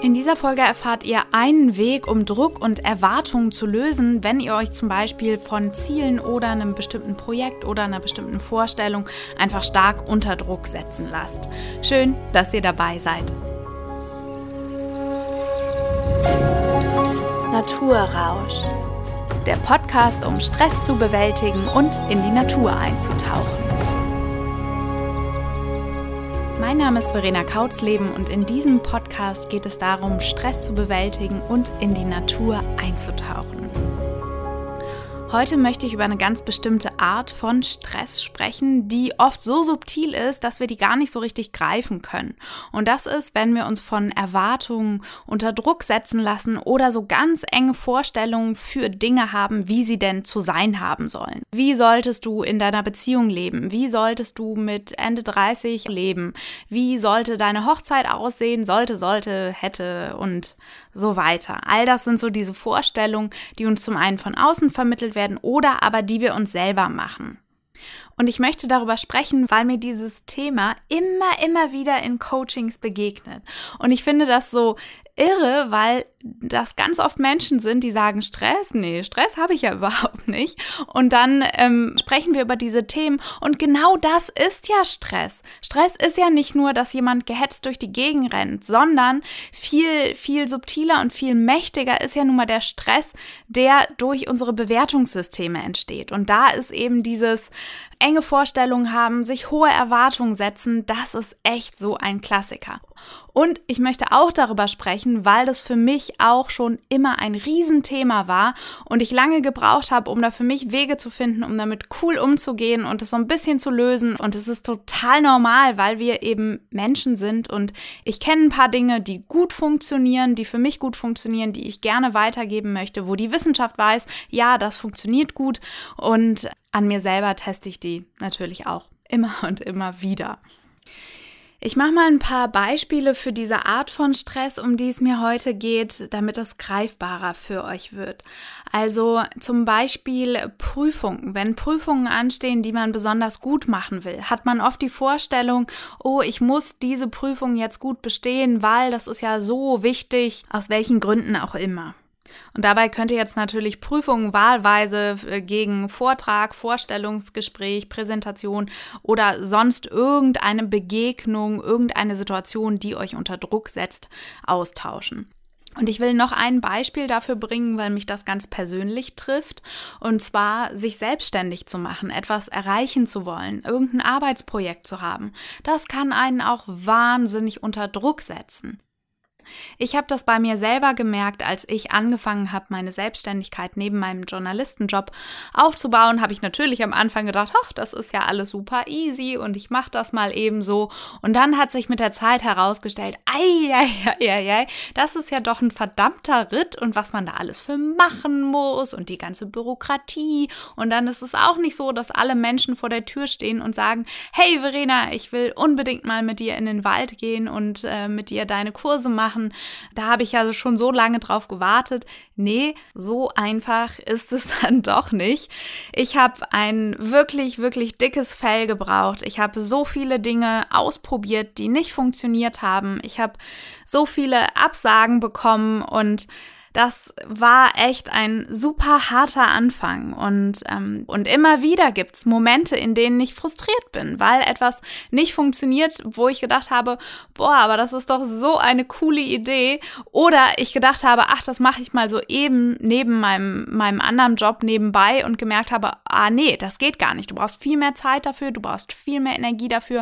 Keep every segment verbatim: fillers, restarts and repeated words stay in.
In dieser Folge erfahrt ihr einen Weg, um Druck und Erwartungen zu lösen, wenn ihr euch zum Beispiel von Zielen oder einem bestimmten Projekt oder einer bestimmten Vorstellung einfach stark unter Druck setzen lasst. Schön, dass ihr dabei seid. Naturrausch, der Podcast, um Stress zu bewältigen und in die Natur einzutauchen. Mein Name ist Verena Kautsleben und in diesem Podcast geht es darum, Stress zu bewältigen und in die Natur einzutauchen. Heute möchte ich über eine ganz bestimmte Art von Stress sprechen, die oft so subtil ist, dass wir die gar nicht so richtig greifen können. Und das ist, wenn wir uns von Erwartungen unter Druck setzen lassen oder so ganz enge Vorstellungen für Dinge haben, wie sie denn zu sein haben sollen. Wie solltest du in deiner Beziehung leben? Wie solltest du mit Ende dreißig leben? Wie sollte deine Hochzeit aussehen? Sollte, sollte, hätte und so weiter. All das sind so diese Vorstellungen, die uns zum einen von außen vermittelt werden oder aber die wir uns selber machen. Und ich möchte darüber sprechen, weil mir dieses Thema immer, immer wieder in Coachings begegnet. Und ich finde das so irre, weil das ganz oft Menschen sind, die sagen, Stress? Nee, Stress habe ich ja überhaupt nicht. Und dann ähm, sprechen wir über diese Themen. Und genau das ist ja Stress. Stress ist ja nicht nur, dass jemand gehetzt durch die Gegend rennt, sondern viel, viel subtiler und viel mächtiger ist ja nun mal der Stress, der durch unsere Bewertungssysteme entsteht. Und da ist eben dieses enge Vorstellungen haben, sich hohe Erwartungen setzen, das ist echt so ein Klassiker. Und ich möchte auch darüber sprechen, weil das für mich auch schon immer ein Riesenthema war und ich lange gebraucht habe, um da für mich Wege zu finden, um damit cool umzugehen und es so ein bisschen zu lösen. Und es ist total normal, weil wir eben Menschen sind und ich kenne ein paar Dinge, die gut funktionieren, die für mich gut funktionieren, die ich gerne weitergeben möchte, wo die Wissenschaft weiß, ja, das funktioniert gut und an mir selber teste ich die natürlich auch immer und immer wieder. Ich mache mal ein paar Beispiele für diese Art von Stress, um die es mir heute geht, damit es greifbarer für euch wird. Also zum Beispiel Prüfungen. Wenn Prüfungen anstehen, die man besonders gut machen will, hat man oft die Vorstellung, oh, ich muss diese Prüfung jetzt gut bestehen, weil das ist ja so wichtig, aus welchen Gründen auch immer. Und dabei könnte jetzt natürlich Prüfungen wahlweise gegen Vortrag, Vorstellungsgespräch, Präsentation oder sonst irgendeine Begegnung, irgendeine Situation, die euch unter Druck setzt, austauschen. Und ich will noch ein Beispiel dafür bringen, weil mich das ganz persönlich trifft, und zwar sich selbstständig zu machen, etwas erreichen zu wollen, irgendein Arbeitsprojekt zu haben. Das kann einen auch wahnsinnig unter Druck setzen. Ich habe das bei mir selber gemerkt, als ich angefangen habe, meine Selbstständigkeit neben meinem Journalistenjob aufzubauen, habe ich natürlich am Anfang gedacht, ach, das ist ja alles super easy und ich mache das mal eben so. Und dann hat sich mit der Zeit herausgestellt, ei, ei, ei, ei, ei, das ist ja doch ein verdammter Ritt und was man da alles für machen muss und die ganze Bürokratie. Und dann ist es auch nicht so, dass alle Menschen vor der Tür stehen und sagen, hey Verena, ich will unbedingt mal mit dir in den Wald gehen und äh, mit dir deine Kurse machen. Da habe ich ja schon so lange drauf gewartet. Nee, so einfach ist es dann doch nicht. Ich habe ein wirklich, wirklich dickes Fell gebraucht. Ich habe so viele Dinge ausprobiert, die nicht funktioniert haben. Ich habe so viele Absagen bekommen und das war echt ein super harter Anfang und, ähm, und immer wieder gibt es Momente, in denen ich frustriert bin, weil etwas nicht funktioniert, wo ich gedacht habe, boah, aber das ist doch so eine coole Idee, oder ich gedacht habe, ach, das mache ich mal so eben neben meinem, meinem anderen Job nebenbei und gemerkt habe, ah nee, das geht gar nicht, du brauchst viel mehr Zeit dafür, du brauchst viel mehr Energie dafür.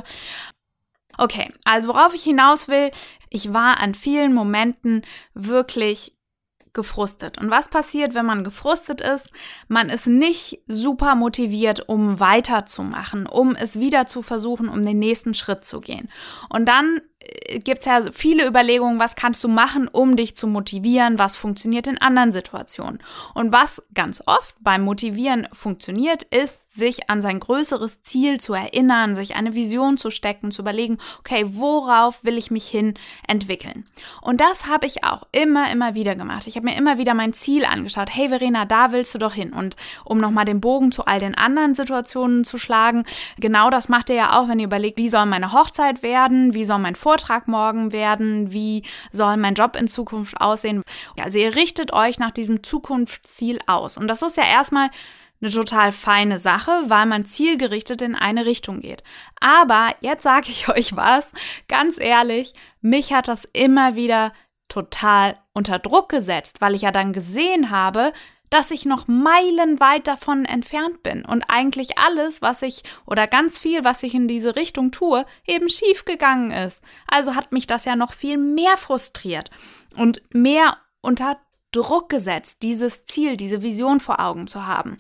Okay, also worauf ich hinaus will, ich war an vielen Momenten wirklich gefrustet. Und was passiert, wenn man gefrustet ist? Man ist nicht super motiviert, um weiterzumachen, um es wieder zu versuchen, um den nächsten Schritt zu gehen. Und dann gibt es ja viele Überlegungen, was kannst du machen, um dich zu motivieren, was funktioniert in anderen Situationen. Und was ganz oft beim Motivieren funktioniert, ist, sich an sein größeres Ziel zu erinnern, sich eine Vision zu stecken, zu überlegen, okay, worauf will ich mich hin entwickeln? Und das habe ich auch immer, immer wieder gemacht. Ich habe mir immer wieder mein Ziel angeschaut. Hey Verena, da willst du doch hin. Und um nochmal den Bogen zu all den anderen Situationen zu schlagen, genau das macht ihr ja auch, wenn ihr überlegt, wie soll meine Hochzeit werden, wie soll mein Vortrag Vortrag morgen werden? Wie soll mein Job in Zukunft aussehen? Also ihr richtet euch nach diesem Zukunftsziel aus. Und das ist ja erstmal eine total feine Sache, weil man zielgerichtet in eine Richtung geht. Aber jetzt sage ich euch was, ganz ehrlich, mich hat das immer wieder total unter Druck gesetzt, weil ich ja dann gesehen habe, dass ich noch meilenweit davon entfernt bin und eigentlich alles, was ich oder ganz viel, was ich in diese Richtung tue, eben schief gegangen ist. Also hat mich das ja noch viel mehr frustriert und mehr unter Druck gesetzt, dieses Ziel, diese Vision vor Augen zu haben.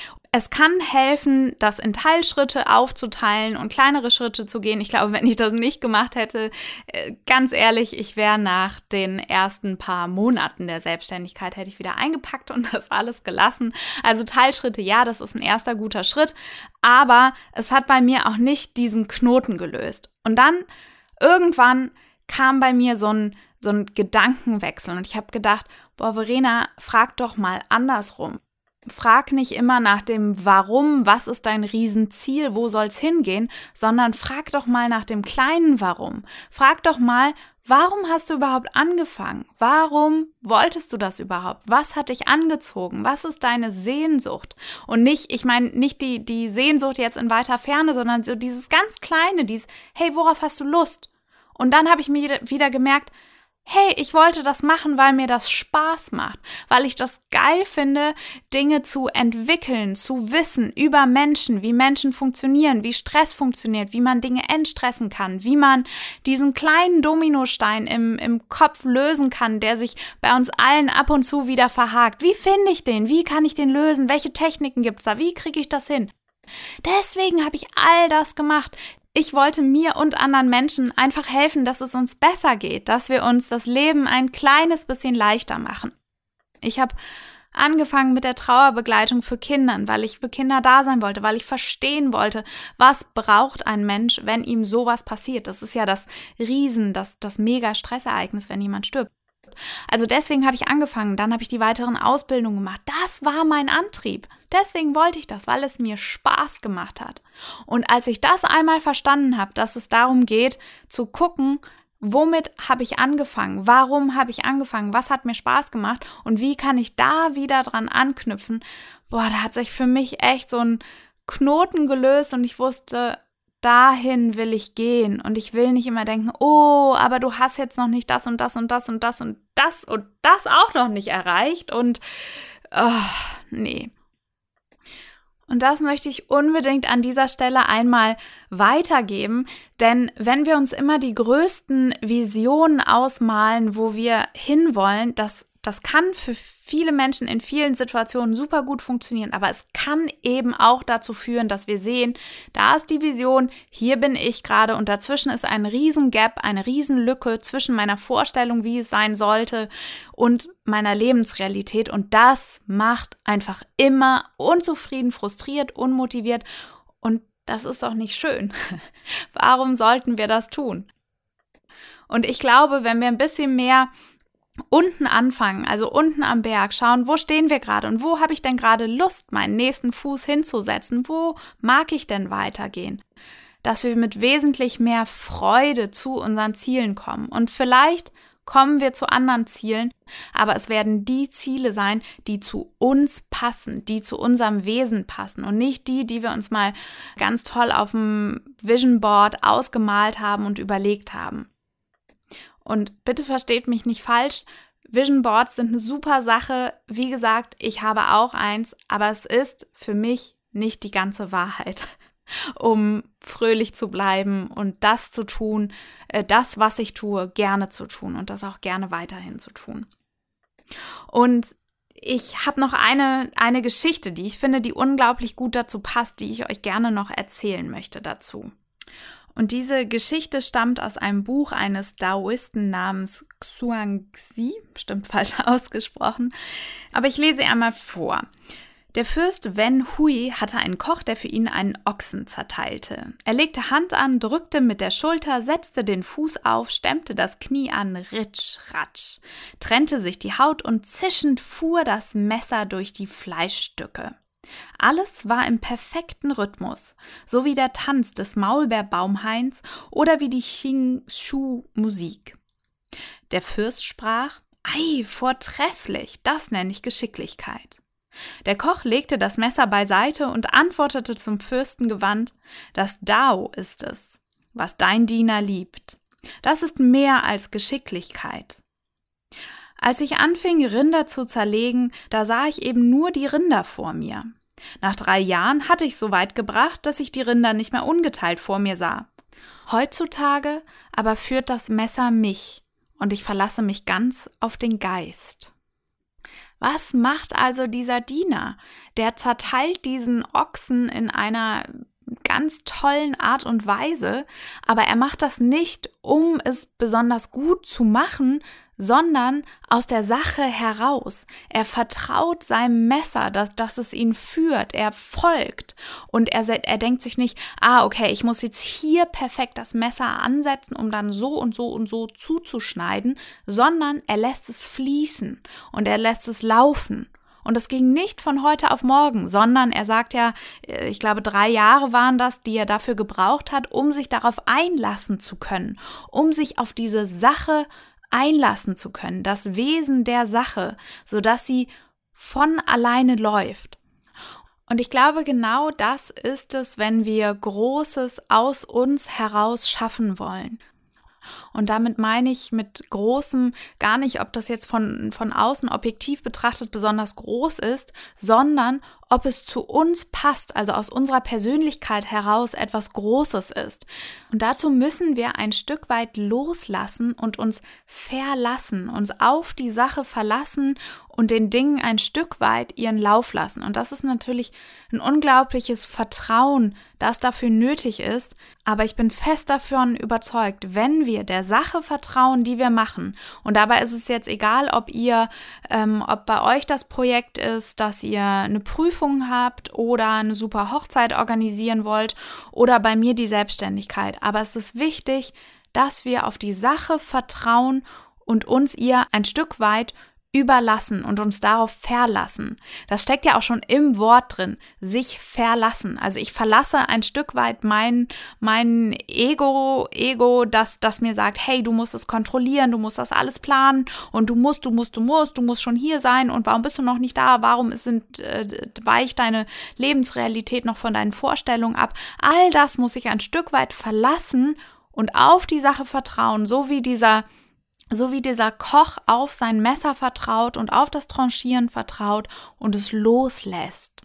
Es kann helfen, das in Teilschritte aufzuteilen und kleinere Schritte zu gehen. Ich glaube, wenn ich das nicht gemacht hätte, ganz ehrlich, ich wäre nach den ersten paar Monaten der Selbstständigkeit, hätte ich wieder eingepackt und das alles gelassen. Also Teilschritte, ja, das ist ein erster guter Schritt, aber es hat bei mir auch nicht diesen Knoten gelöst. Und dann irgendwann kam bei mir so ein, so ein Gedankenwechsel und ich habe gedacht, boah, Verena, frag doch mal andersrum. Frag nicht immer nach dem Warum, was ist dein Riesenziel, wo soll's hingehen, sondern frag doch mal nach dem kleinen Warum. Frag doch mal, warum hast du überhaupt angefangen? Warum wolltest du das überhaupt? Was hat dich angezogen? Was ist deine Sehnsucht? Und nicht, ich meine, nicht die, die Sehnsucht jetzt in weiter Ferne, sondern so dieses ganz Kleine, dieses, hey, worauf hast du Lust? Und dann habe ich mir wieder gemerkt, hey, ich wollte das machen, weil mir das Spaß macht, weil ich das geil finde, Dinge zu entwickeln, zu wissen über Menschen, wie Menschen funktionieren, wie Stress funktioniert, wie man Dinge entstressen kann, wie man diesen kleinen Dominostein im, im Kopf lösen kann, der sich bei uns allen ab und zu wieder verhakt. Wie finde ich den? Wie kann ich den lösen? Welche Techniken gibt es da? Wie kriege ich das hin? Deswegen habe ich all das gemacht. Ich wollte mir und anderen Menschen einfach helfen, dass es uns besser geht, dass wir uns das Leben ein kleines bisschen leichter machen. Ich habe angefangen mit der Trauerbegleitung für Kinder, weil ich für Kinder da sein wollte, weil ich verstehen wollte, was braucht ein Mensch, wenn ihm sowas passiert. Das ist ja das Riesen, das, das Mega-Stressereignis, wenn jemand stirbt. Also deswegen habe ich angefangen, dann habe ich die weiteren Ausbildungen gemacht. Das war mein Antrieb. Deswegen wollte ich das, weil es mir Spaß gemacht hat. Und als ich das einmal verstanden habe, dass es darum geht, zu gucken, womit habe ich angefangen? Warum habe ich angefangen? Was hat mir Spaß gemacht? Und wie kann ich da wieder dran anknüpfen? Boah, da hat sich für mich echt so ein Knoten gelöst und ich wusste, dahin will ich gehen und ich will nicht immer denken, oh, aber du hast jetzt noch nicht das und das und das und das und das und das auch noch nicht erreicht und oh, nee. Und das möchte ich unbedingt an dieser Stelle einmal weitergeben, denn wenn wir uns immer die größten Visionen ausmalen, wo wir hinwollen, das Das kann für viele Menschen in vielen Situationen super gut funktionieren, aber es kann eben auch dazu führen, dass wir sehen, da ist die Vision, hier bin ich gerade und dazwischen ist ein riesen Gap, eine riesen Lücke zwischen meiner Vorstellung, wie es sein sollte und meiner Lebensrealität und das macht einfach immer unzufrieden, frustriert, unmotiviert und das ist doch nicht schön. Warum sollten wir das tun? Und ich glaube, wenn wir ein bisschen mehr unten anfangen, also unten am Berg, schauen, wo stehen wir gerade und wo habe ich denn gerade Lust, meinen nächsten Fuß hinzusetzen, wo mag ich denn weitergehen, dass wir mit wesentlich mehr Freude zu unseren Zielen kommen und vielleicht kommen wir zu anderen Zielen, aber es werden die Ziele sein, die zu uns passen, die zu unserem Wesen passen und nicht die, die wir uns mal ganz toll auf dem Vision Board ausgemalt haben und überlegt haben. Und bitte versteht mich nicht falsch, Vision Boards sind eine super Sache. Wie gesagt, ich habe auch eins, aber es ist für mich nicht die ganze Wahrheit, um fröhlich zu bleiben und das zu tun, das, was ich tue, gerne zu tun und das auch gerne weiterhin zu tun. Und ich habe noch eine, eine Geschichte, die ich finde, die unglaublich gut dazu passt, die ich euch gerne noch erzählen möchte dazu. Und diese Geschichte stammt aus einem Buch eines Daoisten namens Xuanxi, bestimmt falsch ausgesprochen, aber ich lese einmal vor. Der Fürst Wen Hui hatte einen Koch, der für ihn einen Ochsen zerteilte. Er legte Hand an, drückte mit der Schulter, setzte den Fuß auf, stemmte das Knie an, ritsch, ratsch, trennte sich die Haut und zischend fuhr das Messer durch die Fleischstücke. Alles war im perfekten Rhythmus, so wie der Tanz des Maulbeerbaumhains oder wie die Xing-Shu-Musik. Der Fürst sprach: »Ei, vortrefflich, das nenne ich Geschicklichkeit.« Der Koch legte das Messer beiseite und antwortete zum Fürsten gewandt: »Das Dao ist es, was dein Diener liebt. Das ist mehr als Geschicklichkeit.« Als ich anfing, Rinder zu zerlegen, da sah ich eben nur die Rinder vor mir. Nach drei Jahren hatte ich so weit gebracht, dass ich die Rinder nicht mehr ungeteilt vor mir sah. Heutzutage aber führt das Messer mich und ich verlasse mich ganz auf den Geist. Was macht also dieser Diener? Der zerteilt diesen Ochsen in einer ganz tollen Art und Weise, aber er macht das nicht, um es besonders gut zu machen, sondern aus der Sache heraus. Er vertraut seinem Messer, dass, dass es ihn führt, er folgt und er, er denkt sich nicht, ah, okay, ich muss jetzt hier perfekt das Messer ansetzen, um dann so und so und so zuzuschneiden, sondern er lässt es fließen und er lässt es laufen. Und das ging nicht von heute auf morgen, sondern er sagt ja, ich glaube, drei Jahre waren das, die er dafür gebraucht hat, um sich darauf einlassen zu können, um sich auf diese Sache einlassen zu können, das Wesen der Sache, sodass sie von alleine läuft. Und ich glaube, genau das ist es, wenn wir Großes aus uns heraus schaffen wollen. Und damit meine ich mit Großem gar nicht, ob das jetzt von, von außen objektiv betrachtet besonders groß ist, sondern ob es zu uns passt, also aus unserer Persönlichkeit heraus etwas Großes ist. Und dazu müssen wir ein Stück weit loslassen und uns verlassen, uns auf die Sache verlassen und den Dingen ein Stück weit ihren Lauf lassen. Und das ist natürlich ein unglaubliches Vertrauen, das dafür nötig ist. Aber ich bin fest davon überzeugt, wenn wir der Sache vertrauen, die wir machen, und dabei ist es jetzt egal, ob ihr, ähm, ob bei euch das Projekt ist, dass ihr eine Prüfung habt oder eine super Hochzeit organisieren wollt oder bei mir die Selbstständigkeit. Aber es ist wichtig, dass wir auf die Sache vertrauen und uns ihr ein Stück weit überlassen und uns darauf verlassen. Das steckt ja auch schon im Wort drin, sich verlassen. Also ich verlasse ein Stück weit mein, mein Ego, Ego, das, das mir sagt, hey, du musst es kontrollieren, du musst das alles planen und du musst, du musst, du musst, du musst schon hier sein und warum bist du noch nicht da, warum sind, äh, weicht deine Lebensrealität noch von deinen Vorstellungen ab. All das muss ich ein Stück weit verlassen und auf die Sache vertrauen, so wie dieser So wie dieser Koch auf sein Messer vertraut und auf das Tranchieren vertraut und es loslässt.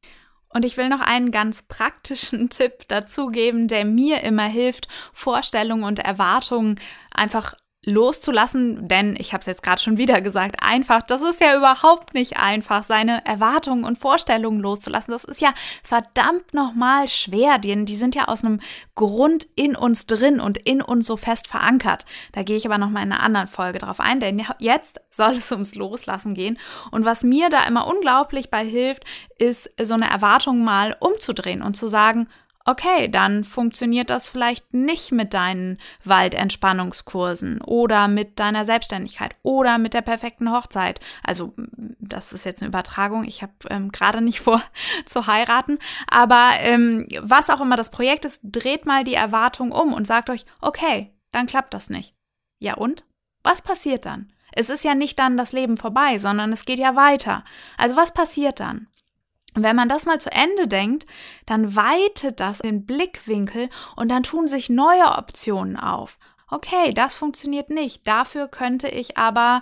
Und ich will noch einen ganz praktischen Tipp dazu geben, der mir immer hilft, Vorstellungen und Erwartungen einfach loszulassen, denn ich habe es jetzt gerade schon wieder gesagt, einfach, das ist ja überhaupt nicht einfach, seine Erwartungen und Vorstellungen loszulassen. Das ist ja verdammt nochmal schwer, denn die sind ja aus einem Grund in uns drin und in uns so fest verankert. Da gehe ich aber nochmal in einer anderen Folge drauf ein, denn jetzt soll es ums Loslassen gehen. Und was mir da immer unglaublich bei hilft, ist so eine Erwartung mal umzudrehen und zu sagen, okay, dann funktioniert das vielleicht nicht mit deinen Waldentspannungskursen oder mit deiner Selbstständigkeit oder mit der perfekten Hochzeit. Also das ist jetzt eine Übertragung, ich habe ähm, gerade nicht vor zu heiraten, aber ähm, was auch immer das Projekt ist, dreht mal die Erwartung um und sagt euch, okay, dann klappt das nicht. Ja und? Was passiert dann? Es ist ja nicht dann das Leben vorbei, sondern es geht ja weiter. Also was passiert dann? Und wenn man das mal zu Ende denkt, dann weitet das den Blickwinkel und dann tun sich neue Optionen auf. Okay, das funktioniert nicht. Dafür könnte ich aber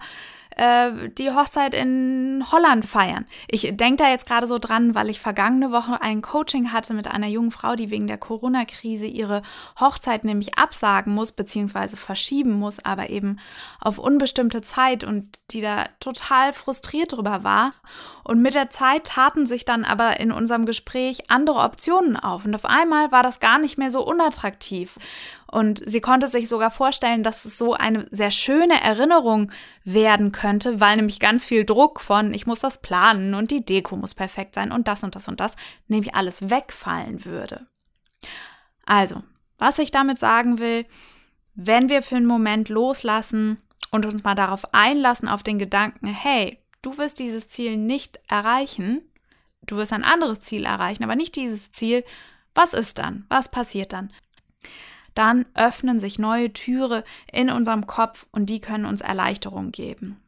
äh, die Hochzeit in Holland feiern. Ich denke da jetzt gerade so dran, weil ich vergangene Woche ein Coaching hatte mit einer jungen Frau, die wegen der Corona-Krise ihre Hochzeit nämlich absagen muss, beziehungsweise verschieben muss, aber eben auf unbestimmte Zeit und die da total frustriert drüber war. Und mit der Zeit taten sich dann aber in unserem Gespräch andere Optionen auf. Und auf einmal war das gar nicht mehr so unattraktiv. Und sie konnte sich sogar vorstellen, dass es so eine sehr schöne Erinnerung werden könnte, weil nämlich ganz viel Druck von, ich muss das planen und die Deko muss perfekt sein und das und das und das, nämlich alles wegfallen würde. Also, was ich damit sagen will, wenn wir für einen Moment loslassen und uns mal darauf einlassen, auf den Gedanken, hey, du wirst dieses Ziel nicht erreichen, du wirst ein anderes Ziel erreichen, aber nicht dieses Ziel. Was ist dann? Was passiert dann? Dann öffnen sich neue Türe in unserem Kopf und die können uns Erleichterung geben.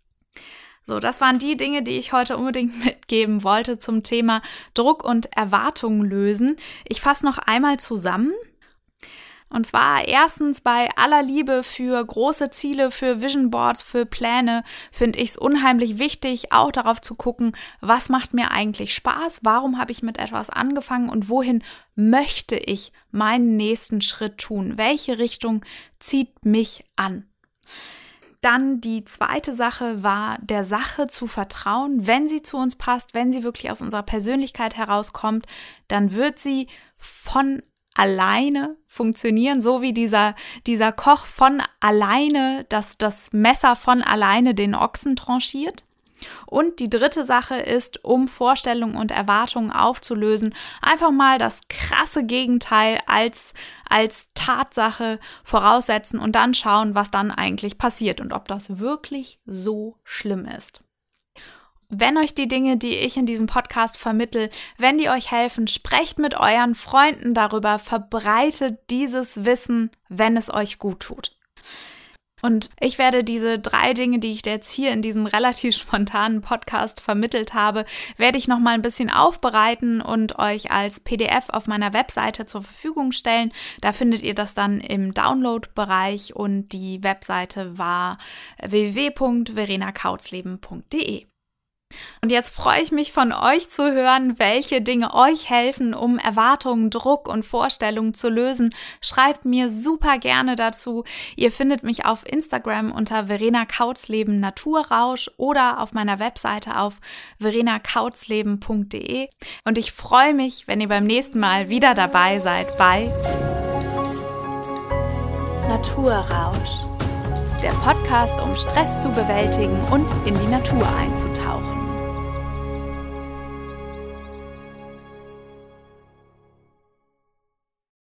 So, das waren die Dinge, die ich heute unbedingt mitgeben wollte zum Thema Druck und Erwartungen lösen. Ich fasse noch einmal zusammen. Und zwar erstens, bei aller Liebe für große Ziele, für Vision Boards, für Pläne, finde ich es unheimlich wichtig, auch darauf zu gucken, was macht mir eigentlich Spaß, warum habe ich mit etwas angefangen und wohin möchte ich meinen nächsten Schritt tun, welche Richtung zieht mich an. Dann die zweite Sache war, der Sache zu vertrauen, wenn sie zu uns passt, wenn sie wirklich aus unserer Persönlichkeit herauskommt, dann wird sie von alleine funktionieren, so wie dieser, dieser Koch von alleine, dass das Messer von alleine den Ochsen tranchiert. Und die dritte Sache ist, um Vorstellungen und Erwartungen aufzulösen, einfach mal das krasse Gegenteil als, als Tatsache voraussetzen und dann schauen, was dann eigentlich passiert und ob das wirklich so schlimm ist. Wenn euch die Dinge, die ich in diesem Podcast vermittle, wenn die euch helfen, sprecht mit euren Freunden darüber, verbreitet dieses Wissen, wenn es euch gut tut. Und ich werde diese drei Dinge, die ich jetzt hier in diesem relativ spontanen Podcast vermittelt habe, werde ich nochmal ein bisschen aufbereiten und euch als P D F auf meiner Webseite zur Verfügung stellen. Da findet ihr das dann im Download-Bereich und die Webseite war w w w punkt verena kautsleben punkt d e. Und jetzt freue ich mich, von euch zu hören, welche Dinge euch helfen, um Erwartungen, Druck und Vorstellungen zu lösen. Schreibt mir super gerne dazu. Ihr findet mich auf Instagram unter Verena Kautsleben Naturrausch oder auf meiner Webseite auf verena kautsleben punkt d e. Und ich freue mich, wenn ihr beim nächsten Mal wieder dabei seid bei Naturrausch, der Podcast, um Stress zu bewältigen und in die Natur einzutauchen.